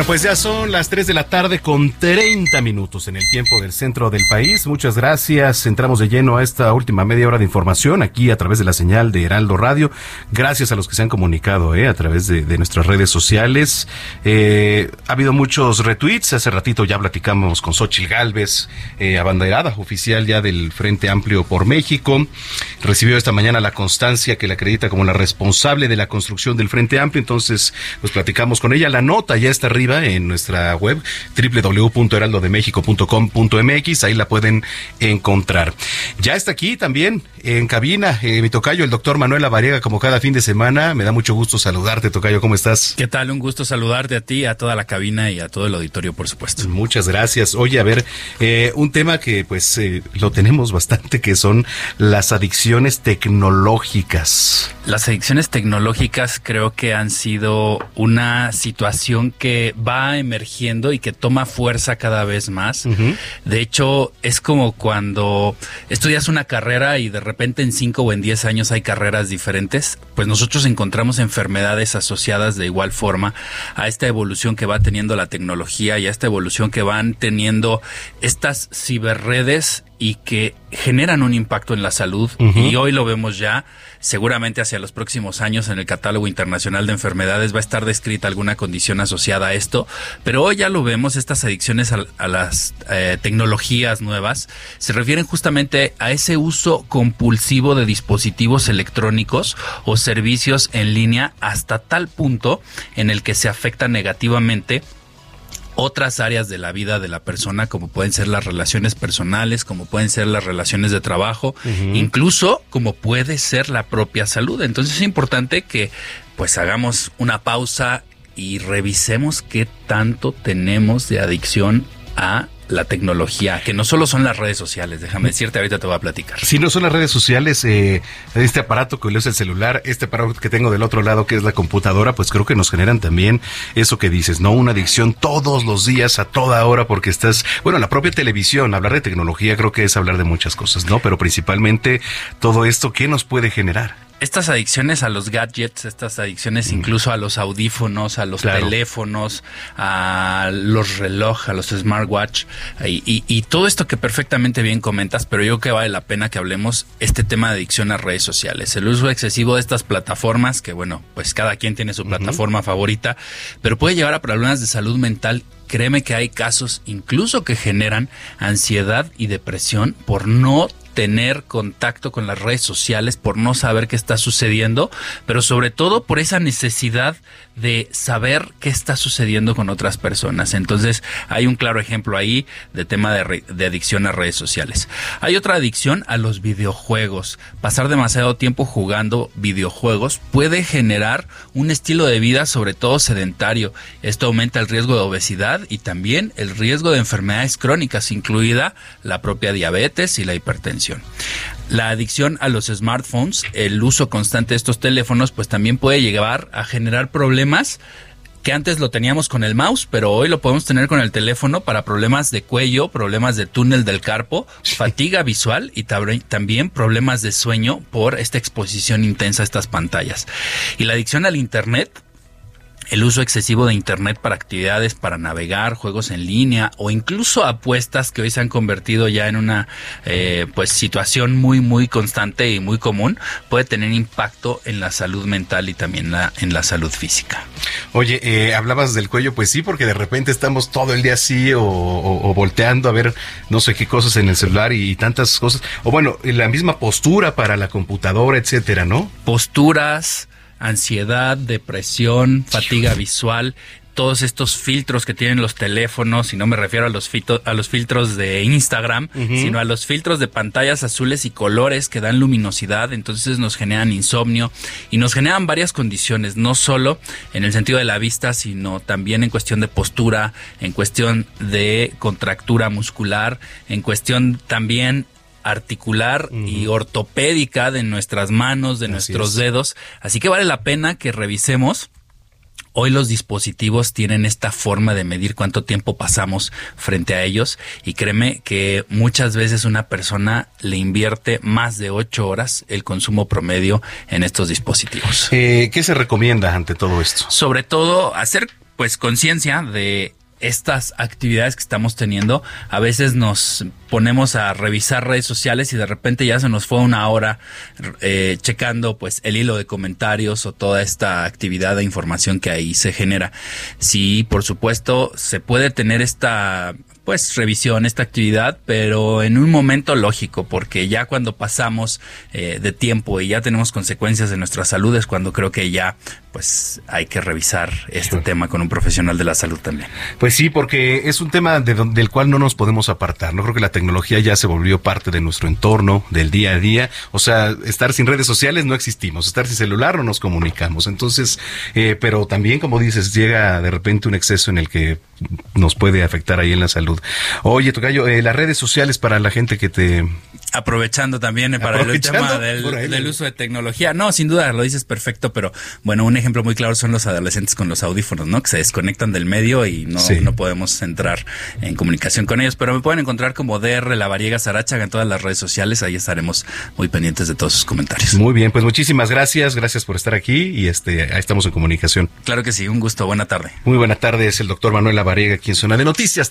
Pues ya son las 3 de la tarde con 30 minutos en el tiempo del centro del país. Muchas gracias. Entramos de lleno a esta última media hora de información aquí a través de la señal de Heraldo Radio. Gracias a los que se han comunicado a través de nuestras redes sociales. Ha habido muchos retweets. Hace ratito ya platicamos con Xóchitl Gálvez, abanderada oficial ya del Frente Amplio por México. Recibió esta mañana la constancia que la acredita como la responsable de la construcción del Frente Amplio. Entonces, pues platicamos con ella. La nota ya está arriba en nuestra web www.heraldodemexico.com.mx, ahí la pueden encontrar. Ya está aquí también en cabina mi tocayo, el doctor Manuel Lavariega, como cada fin de semana. Me da mucho gusto saludarte, tocayo, ¿cómo estás? ¿Qué tal? Un gusto saludarte a ti, a toda la cabina y a todo el auditorio, por supuesto. Muchas gracias. Oye, a ver, un tema que pues lo tenemos bastante, que son las adicciones tecnológicas. Las adicciones tecnológicas creo que han sido una situación que va emergiendo y que toma fuerza cada vez más. Uh-huh. De hecho, es como cuando estudias una carrera y de repente en 5 o en 10 años hay carreras diferentes, pues nosotros encontramos enfermedades asociadas de igual forma a esta evolución que va teniendo la tecnología y a esta evolución que van teniendo estas ciberredes y que generan un impacto en la salud. Uh-huh. Y hoy lo vemos ya, seguramente hacia los próximos años en el catálogo internacional de enfermedades va a estar descrita alguna condición asociada a esto, pero hoy ya lo vemos, estas adicciones a las tecnologías nuevas se refieren justamente a ese uso compulsivo de dispositivos electrónicos o servicios en línea hasta tal punto en el que se afecta negativamente otras áreas de la vida de la persona, como pueden ser las relaciones personales, como pueden ser las relaciones de trabajo, uh-huh, incluso como puede ser la propia salud. Entonces es importante que pues hagamos una pausa y revisemos qué tanto tenemos de adicción a la tecnología, que no solo son las redes sociales, déjame decirte, ahorita te voy a platicar. Si no son las redes sociales, este aparato que es el celular, este aparato que tengo del otro lado que es la computadora, pues creo que nos generan también eso que dices, ¿no? Una adicción todos los días, a toda hora, porque estás, bueno, la propia televisión, hablar de tecnología creo que es hablar de muchas cosas, ¿no? Pero principalmente todo esto, ¿qué nos puede generar? Estas adicciones a los gadgets, estas adicciones incluso a los audífonos, a los teléfonos, a los relojes, a los smartwatch y todo esto que perfectamente bien comentas, pero yo creo que vale la pena que hablemos este tema de adicción a redes sociales. El uso excesivo de estas plataformas, que bueno, pues cada quien tiene su plataforma favorita, pero puede llevar a problemas de salud mental. Créeme que hay casos incluso que generan ansiedad y depresión por no tener contacto con las redes sociales, por no saber qué está sucediendo, pero sobre todo por esa necesidad de saber qué está sucediendo con otras personas. Entonces hay un claro ejemplo ahí de tema de adicción a redes sociales. Hay otra adicción a los videojuegos. Pasar demasiado tiempo jugando videojuegos puede generar un estilo de vida sobre todo sedentario. Esto aumenta el riesgo de obesidad y también el riesgo de enfermedades crónicas, incluida la propia diabetes y la hipertensión. La adicción a los smartphones, el uso constante de estos teléfonos, pues también puede llevar a generar problemas que antes lo teníamos con el mouse, pero hoy lo podemos tener con el teléfono para problemas de cuello, problemas de túnel del carpo, fatiga visual y también problemas de sueño por esta exposición intensa a estas pantallas. Y la adicción al Internet, el uso excesivo de Internet para actividades, para navegar, juegos en línea o incluso apuestas que hoy se han convertido ya en una pues situación muy muy constante y muy común, puede tener impacto en la salud mental y también en la salud física. Oye, hablabas del cuello, pues sí, porque de repente estamos todo el día así o volteando a ver no sé qué cosas en el celular y tantas cosas, o bueno, la misma postura para la computadora, etcétera, ¿no? Posturas, ansiedad, depresión, fatiga visual, todos estos filtros que tienen los teléfonos, y no me refiero a los filtros de Instagram, sino a los filtros de pantallas azules y colores que dan luminosidad, entonces nos generan insomnio y nos generan varias condiciones, no solo en el sentido de la vista, sino también en cuestión de postura, en cuestión de contractura muscular, en cuestión también articular y ortopédica de nuestras manos, de nuestros dedos. Así que vale la pena que revisemos. Hoy los dispositivos tienen esta forma de medir cuánto tiempo pasamos frente a ellos y créeme que muchas veces una persona le invierte más de 8 horas el consumo promedio en estos dispositivos. ¿Qué se recomienda ante todo esto? Sobre todo hacer pues conciencia de estas actividades que estamos teniendo. A veces nos ponemos a revisar redes sociales y de repente ya se nos fue una hora checando pues el hilo de comentarios o toda esta actividad de información que ahí se genera. Sí, por supuesto, se puede tener esta pues revisión, esta actividad, pero en un momento lógico, porque ya cuando pasamos de tiempo y ya tenemos consecuencias de nuestra salud es cuando creo que ya pues hay que revisar este tema con un profesional de la salud también. Pues sí, porque es un tema del cual no nos podemos apartar. No creo que la tecnología ya se volvió parte de nuestro entorno, del día a día. O sea, estar sin redes sociales no existimos, estar sin celular no nos comunicamos. Entonces, pero también, como dices, llega de repente un exceso en el que nos puede afectar ahí en la salud. Oye, tocayo, las redes sociales para la gente que te... Aprovechando también para el tema del uso de tecnología. No, sin duda, lo dices perfecto, pero bueno, un ejemplo muy claro son los adolescentes con los audífonos, ¿no? Que se desconectan del medio y no podemos entrar en comunicación con ellos, pero me pueden encontrar como DR Lavariega Sarachaga en todas las redes sociales, ahí estaremos muy pendientes de todos sus comentarios. Muy bien, pues muchísimas gracias por estar aquí y ahí estamos en comunicación. Claro que sí, un gusto, buena tarde. Muy buena tarde, es el doctor Manuel Lavariega aquí en Zona de Noticias.